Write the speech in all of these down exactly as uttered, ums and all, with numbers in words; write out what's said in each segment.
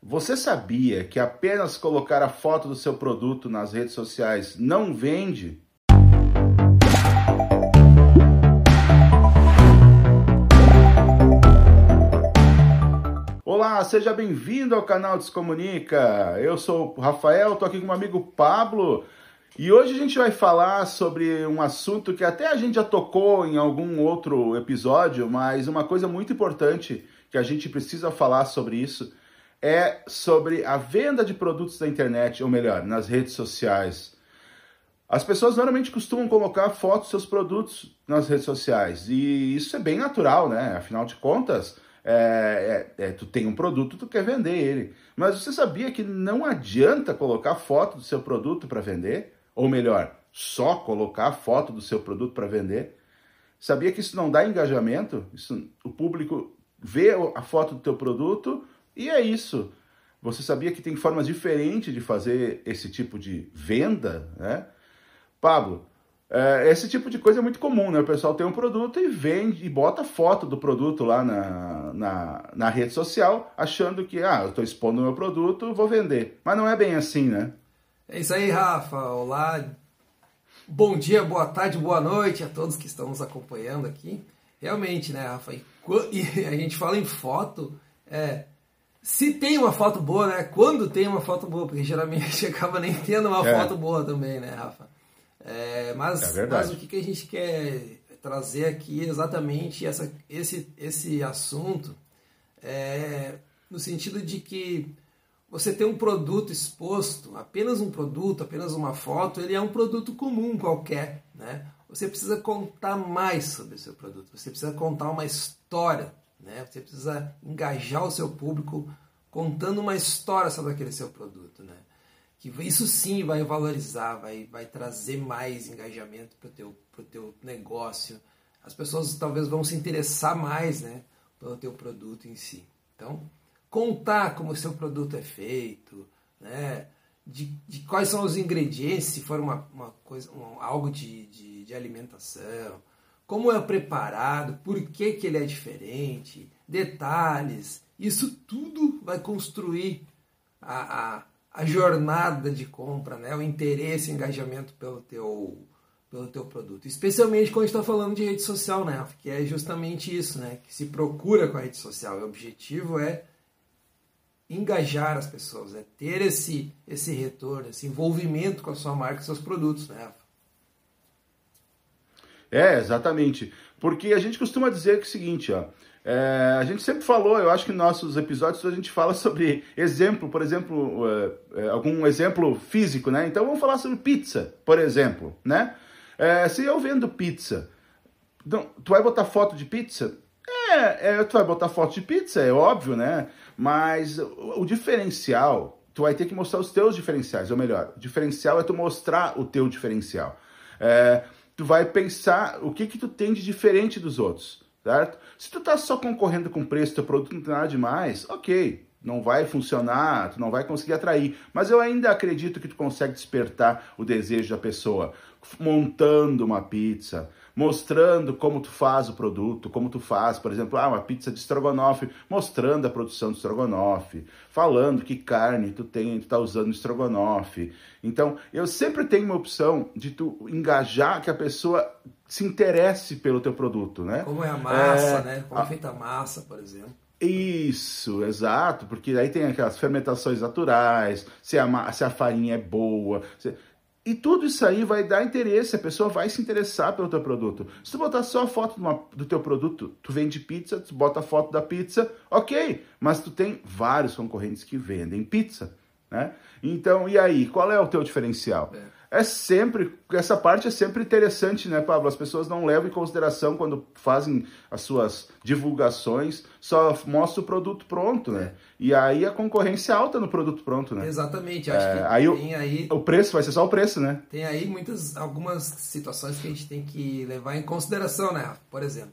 Você sabia que apenas colocar a foto do seu produto nas redes sociais não vende? Olá, seja bem-vindo ao canal Descomunica. Eu sou o Rafael, estou aqui com meu amigo Pablo e hoje a gente vai falar sobre um assunto que até a gente já tocou em algum outro episódio, mas uma coisa muito importante que a gente precisa falar sobre isso é sobre a venda de produtos na internet, ou melhor, nas redes sociais. As pessoas normalmente costumam colocar fotos dos seus produtos nas redes sociais e isso é bem natural, né? Afinal de contas, é, é, é, tu tem um produto, tu quer vender ele. Mas você sabia que não adianta colocar foto do seu produto para vender? Ou melhor, só colocar foto do seu produto para vender? Sabia que isso não dá engajamento? Isso, o público vê a foto do teu produto e é isso. Você sabia que tem formas diferentes de fazer esse tipo de venda, né? Pablo, é, esse tipo de coisa é muito comum, né? O pessoal tem um produto e vende e bota foto do produto lá na, na, na rede social, achando que, ah, eu estou expondo o meu produto, vou vender. Mas não é bem assim, né? É isso aí, Rafa. Olá. Bom dia, boa tarde, boa noite a todos que estão nos acompanhando aqui. Realmente, né, Rafa? E a gente fala em foto, é... se tem uma foto boa, né? Quando tem uma foto boa, porque geralmente a gente acaba nem tendo uma é. foto boa também, né, Rafa? É, mas, é mas o que, que a gente quer trazer aqui é exatamente essa, esse, esse assunto, é, no sentido de que você tem um produto exposto, apenas um produto, apenas uma foto, ele é um produto comum qualquer, né? Você precisa contar mais sobre o seu produto, você precisa contar uma história, né? Você precisa engajar o seu público contando uma história sobre aquele seu produto, né? Que isso sim vai valorizar, vai, vai trazer mais engajamento para o teu, pro teu negócio. As pessoas talvez vão se interessar mais, né, pelo teu produto em si. Então, contar como o seu produto é feito, né, de, de quais são os ingredientes, se for uma, uma coisa, um, algo de, de, de alimentação, como é preparado, por que, que ele é diferente, detalhes, isso tudo vai construir a, a, a jornada de compra, né? O interesse e engajamento pelo teu, pelo teu produto. Especialmente quando a gente está falando de rede social, né? Que é justamente isso, né? Que se procura com a rede social. O objetivo é engajar as pessoas, é ter esse, esse retorno, esse envolvimento com a sua marca e seus produtos, né? É, exatamente. Porque a gente costuma dizer que é o seguinte, ó, é, a gente sempre falou, eu acho que em nossos episódios a gente fala sobre exemplo, por exemplo, é, é, algum exemplo físico, né? Então vamos falar sobre pizza, por exemplo, né? É, se eu vendo pizza, então, tu vai botar foto de pizza? É, é, tu vai botar foto de pizza, é óbvio, né? Mas o, o diferencial, tu vai ter que mostrar os teus diferenciais, ou melhor, o diferencial é tu mostrar o teu diferencial. É, tu vai pensar o que que tu tem de diferente dos outros, certo? Se tu tá só concorrendo com preço, teu produto não tem nada demais, ok, não vai funcionar, tu não vai conseguir atrair, mas eu ainda acredito que tu consegue despertar o desejo da pessoa, montando uma pizza, mostrando como tu faz o produto, como tu faz, por exemplo, ah, uma pizza de estrogonofe, mostrando a produção do estrogonofe, falando que carne tu tem, tu tá usando estrogonofe. Então, eu sempre tenho uma opção de tu engajar que a pessoa se interesse pelo teu produto, né? Como é a massa, é, né? Como é feita a massa, por exemplo. Isso, exato, porque aí tem aquelas fermentações naturais, se a, se a farinha é boa... Se... E tudo isso aí vai dar interesse, a pessoa vai se interessar pelo teu produto. Se tu botar só a foto de uma, do teu produto, tu vende pizza, tu bota a foto da pizza, ok, mas tu tem vários concorrentes que vendem pizza, né? Então, e aí, qual é o teu diferencial? É. É sempre, essa parte é sempre interessante, né, Pablo? As pessoas não levam em consideração quando fazem as suas divulgações, só mostra o produto pronto, né? E aí a concorrência é alta no produto pronto, né? Exatamente, acho é, que aí tem o, aí... O preço vai ser só o preço, né? Tem aí muitas, algumas situações que a gente tem que levar em consideração, né? Por exemplo,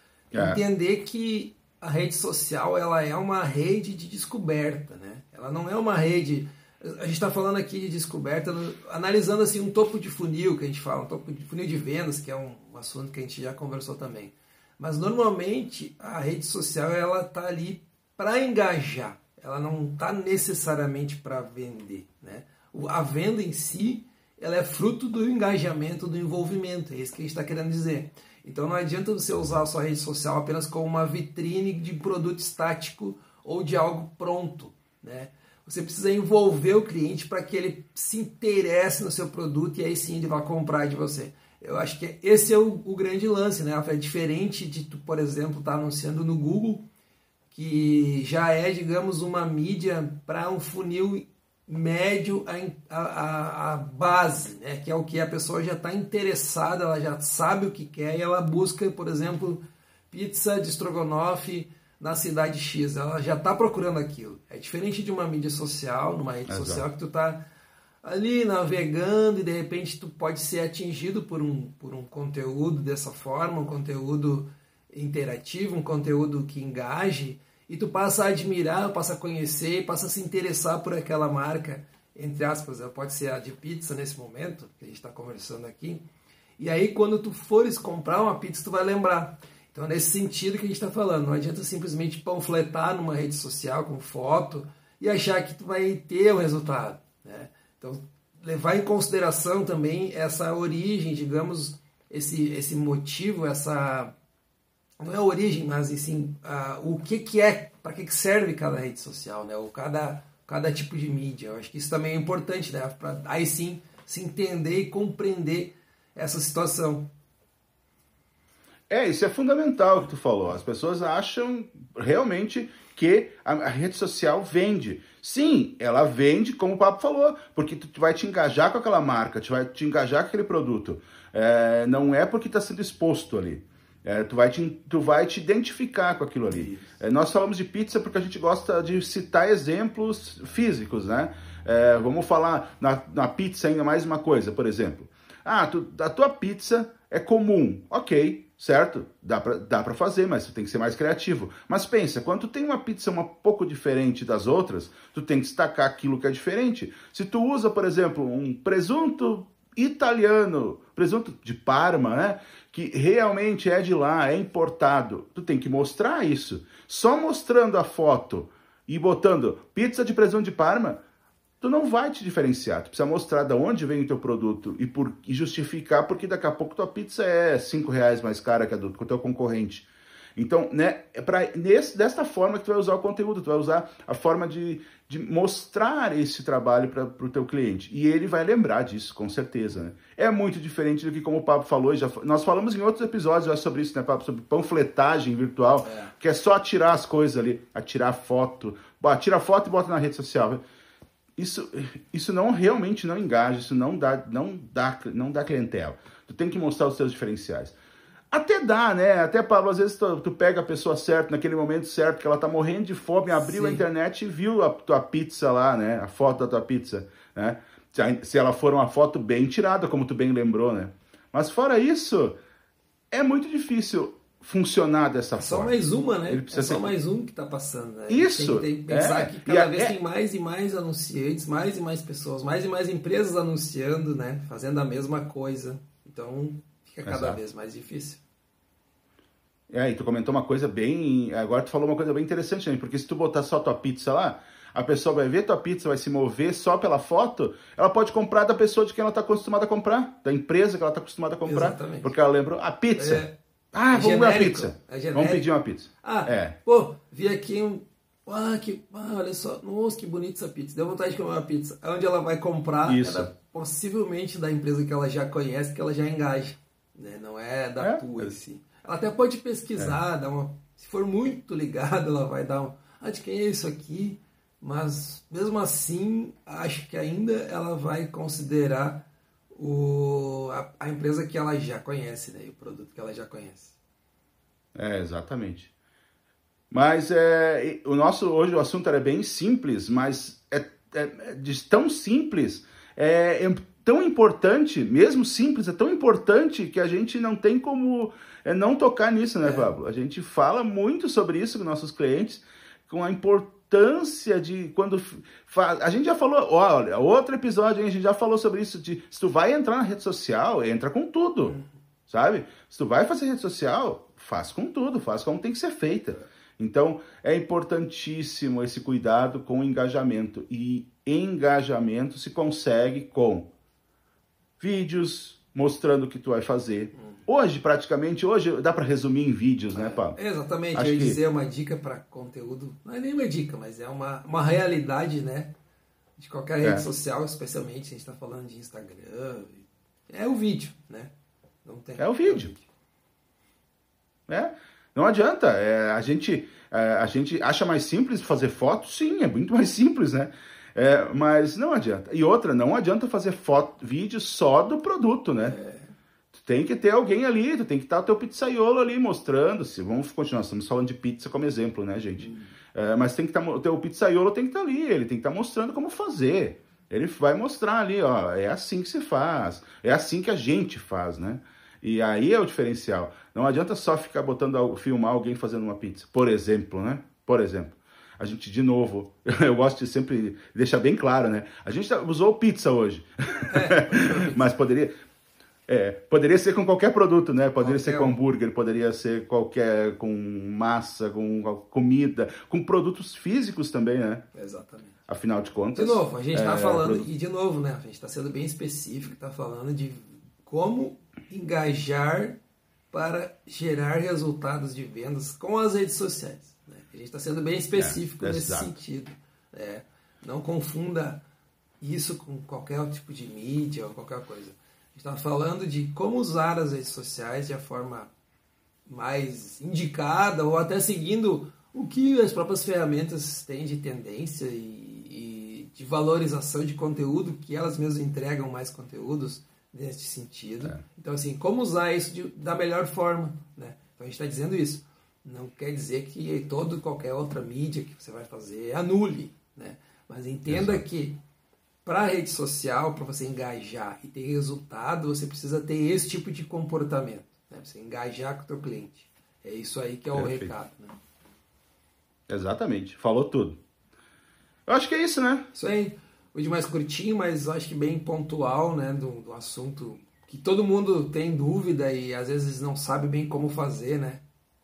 é. entender que a rede social, ela é uma rede de descoberta, né? Ela não é uma rede... A gente está falando aqui de descoberta, analisando assim um topo de funil, que a gente fala, um topo de funil de vendas, que é um, um assunto que a gente já conversou também. Mas normalmente a rede social ela está ali para engajar, ela não está necessariamente para vender, né? A venda em si, ela é fruto do engajamento, do envolvimento, é isso que a gente está querendo dizer. Então não adianta você usar a sua rede social apenas como uma vitrine de produto estático ou de algo pronto, né? Você precisa envolver o cliente para que ele se interesse no seu produto e aí sim ele vai comprar de você. Eu acho que esse é o, o grande lance, né? É diferente de tu, por exemplo, estar tá anunciando no Google, que já é, digamos, uma mídia para um funil médio a, a, a base, né? Que é o que a pessoa já está interessada, ela já sabe o que quer e ela busca, por exemplo, pizza de estrogonofe na cidade X, ela já está procurando aquilo. É diferente de uma mídia social, numa rede Exato. social que tu está ali navegando e de repente tu pode ser atingido por um, por um conteúdo dessa forma, um conteúdo interativo, um conteúdo que engaje, e tu passa a admirar, passa a conhecer, passa a se interessar por aquela marca, entre aspas, pode ser a de pizza nesse momento, que a gente está conversando aqui, e aí quando tu fores comprar uma pizza, tu vai lembrar. Então, nesse sentido que a gente está falando, não adianta simplesmente panfletar numa rede social com foto e achar que tu vai ter o resultado, né? Então, levar em consideração também essa origem, digamos, esse, esse motivo, essa... Não é a origem, mas assim, uh, o que, que é, para que, que serve cada rede social, né? Ou cada, cada tipo de mídia. Eu acho que isso também é importante, né? Para aí sim se entender e compreender essa situação. É, isso é fundamental o que tu falou. As pessoas acham realmente que a, a rede social vende. Sim, ela vende, como o Papo falou, porque tu, tu vai te engajar com aquela marca, tu vai te engajar com aquele produto. É, não é porque está sendo exposto ali. É, tu, vai te, tu vai te identificar com aquilo ali. É, nós falamos de pizza porque a gente gosta de citar exemplos físicos, né? É, vamos falar na, na pizza ainda mais uma coisa, por exemplo. Ah, tu, a tua pizza é comum, ok, certo? Dá pra, dá pra fazer, mas tu tem que ser mais criativo. Mas pensa, quando tu tem uma pizza um pouco diferente das outras, tu tem que destacar aquilo que é diferente. Se tu usa, por exemplo, um presunto italiano, presunto de Parma, né? Que realmente é de lá, é importado, tu tem que mostrar isso. Só mostrando a foto e botando pizza de presunto de Parma, tu não vai te diferenciar. Tu precisa mostrar de onde vem o teu produto e, por, e justificar, porque daqui a pouco tua pizza é cinco reais mais cara que a do, do teu concorrente. Então, né, é pra, nesse, desta forma que tu vai usar o conteúdo, tu vai usar a forma de, de mostrar esse trabalho para o teu cliente. E ele vai lembrar disso, com certeza. Né? É muito diferente do que, como o Pablo falou, já, nós falamos em outros episódios já sobre isso, né, Pablo? Sobre panfletagem virtual, é. que é só atirar as coisas ali, atirar foto, tira a foto e bota na rede social. Isso, isso não realmente não engaja, isso não dá, não dá, não dá clientela. Tu tem que mostrar os seus diferenciais. Até dá, né? Até, Pablo, às vezes tu, tu pega a pessoa certa, naquele momento certo, que ela tá morrendo de fome, abriu Sim. a internet e viu a tua pizza lá, né? A foto da tua pizza, né? Se, se ela for uma foto bem tirada, como tu bem lembrou, né? Mas fora isso, é muito difícil funcionar dessa é forma. Só mais uma, né? É só ser... mais um que tá passando, né? Isso! Tem que pensar é. que cada a, vez é... tem mais e mais anunciantes, mais e mais pessoas, mais e mais empresas anunciando, né? Fazendo a mesma coisa. Então, fica cada Exato. vez mais difícil. É, e tu comentou uma coisa bem... Agora tu falou uma coisa bem interessante, né? Porque se tu botar só tua pizza lá, a pessoa vai ver tua pizza, vai se mover só pela foto, ela pode comprar da pessoa de quem ela está acostumada a comprar, da empresa que ela está acostumada a comprar. Exatamente. Porque ela lembrou, a pizza... É... Ah, é vamos ver a pizza. É vamos pedir uma pizza. Ah, é. pô, vi aqui um... Ah, que... ah, olha só, nossa, que bonita essa pizza. Deu vontade de comer uma pizza. Onde ela vai comprar, Isso. Ela, possivelmente da empresa que ela já conhece, que ela já engaja. Né? Não é da é? tua em si. Ela até pode pesquisar, é. dar uma... se for muito ligada, ela vai dar um... Ah, de quem é isso aqui? Mas, mesmo assim, acho que ainda ela vai considerar o, a, a empresa que ela já conhece, né? E o produto que ela já conhece. É, exatamente. Mas é, o nosso, hoje o assunto era bem simples, mas é, é de tão simples, é, é tão importante, mesmo simples, é tão importante que a gente não tem como é, não tocar nisso, né, é. Pablo? A gente fala muito sobre isso com nossos clientes, com a importância de quando faz... A gente já falou, olha, outro episódio, a gente já falou sobre isso, de se tu vai entrar na rede social, entra com tudo, uhum. sabe? Se tu vai fazer rede social, faz com tudo, faz como tem que ser feita. Então, é importantíssimo esse cuidado com o engajamento. E engajamento se consegue com vídeos mostrando o que tu vai fazer. Hoje, praticamente, hoje dá para resumir em vídeos, né, Paulo? É, exatamente, Acho eu ia que... dizer uma dica para conteúdo, não é nem uma dica, mas é uma, uma realidade, né, de qualquer rede é. social, especialmente se a gente está falando de Instagram, é o vídeo, né? Não tem, é o vídeo. É, não adianta, é, a, gente, é, a gente acha mais simples fazer foto, sim, é muito mais simples, né? É, mas não adianta. E outra, não adianta fazer foto, vídeo só do produto, né? É. Tu tem que ter alguém ali, tu tem que estar o teu pizzaiolo ali mostrando, se vamos continuar, estamos falando de pizza como exemplo, né, gente? Hum. É, mas tem que estar, o teu pizzaiolo tem que estar ali, ele tem que estar mostrando como fazer. Ele vai mostrar ali, ó, é assim que se faz, é assim que a gente faz, né? E aí é o diferencial. Não adianta só ficar botando, filmar alguém fazendo uma pizza, por exemplo, né? Por exemplo. A gente, de novo, eu gosto de sempre deixar bem claro, né? A gente usou pizza hoje, é, mas poderia... É, poderia ser com qualquer produto, né? Poderia qualquer ser com hambúrguer, poderia ser qualquer, com massa, com comida, com produtos físicos também, né? Exatamente. Afinal de contas... De novo, a gente está é, falando, produto... e de novo, né? A gente está sendo bem específico, está falando de como engajar para gerar resultados de vendas com as redes sociais. Né? A gente está sendo bem específico é, nesse exato. sentido. Né? Não confunda isso com qualquer tipo de mídia ou qualquer coisa. A gente está falando de como usar as redes sociais de a forma mais indicada ou até seguindo o que as próprias ferramentas têm de tendência e, e de valorização de conteúdo, que elas mesmas entregam mais conteúdos nesse sentido. É. Então, assim, como usar isso de, da melhor forma, né? Então, a gente está dizendo isso. Não quer dizer que toda qualquer outra mídia que você vai fazer anule, né? Mas entenda Exato. que para a rede social, para você engajar e ter resultado, você precisa ter esse tipo de comportamento, né? Você engajar com o teu cliente. É isso aí que é o Perfeito. recado, né? Exatamente. Falou tudo. Eu acho que é isso, né? Isso aí. Hoje mais curtinho, mas acho que bem pontual, né? Do, do assunto que todo mundo tem dúvida e às vezes não sabe bem como fazer, né?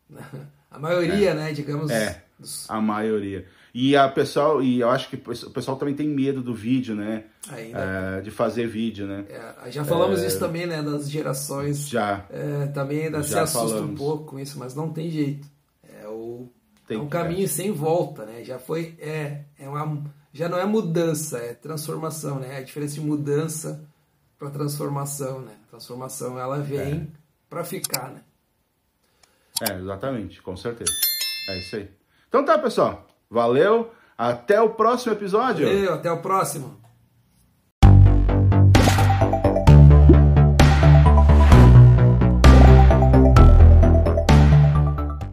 A maioria, é. né? Digamos... É, dos... a maioria. E a pessoal, e eu acho que o pessoal também tem medo do vídeo, né? Ainda. É, de fazer vídeo, né? É, já falamos é... isso também, né? Das gerações. Já. É, também ainda já se assusta falamos. um pouco com isso, mas não tem jeito. É, o, tem, é um caminho é. sem volta, né? Já foi, é, é uma, já não é mudança, é transformação, né? É a diferença de mudança para transformação, né? Transformação, ela vem é. para ficar, né? É, exatamente, com certeza. É isso aí. Então tá, pessoal. Valeu, até o próximo episódio. Valeu, até o próximo.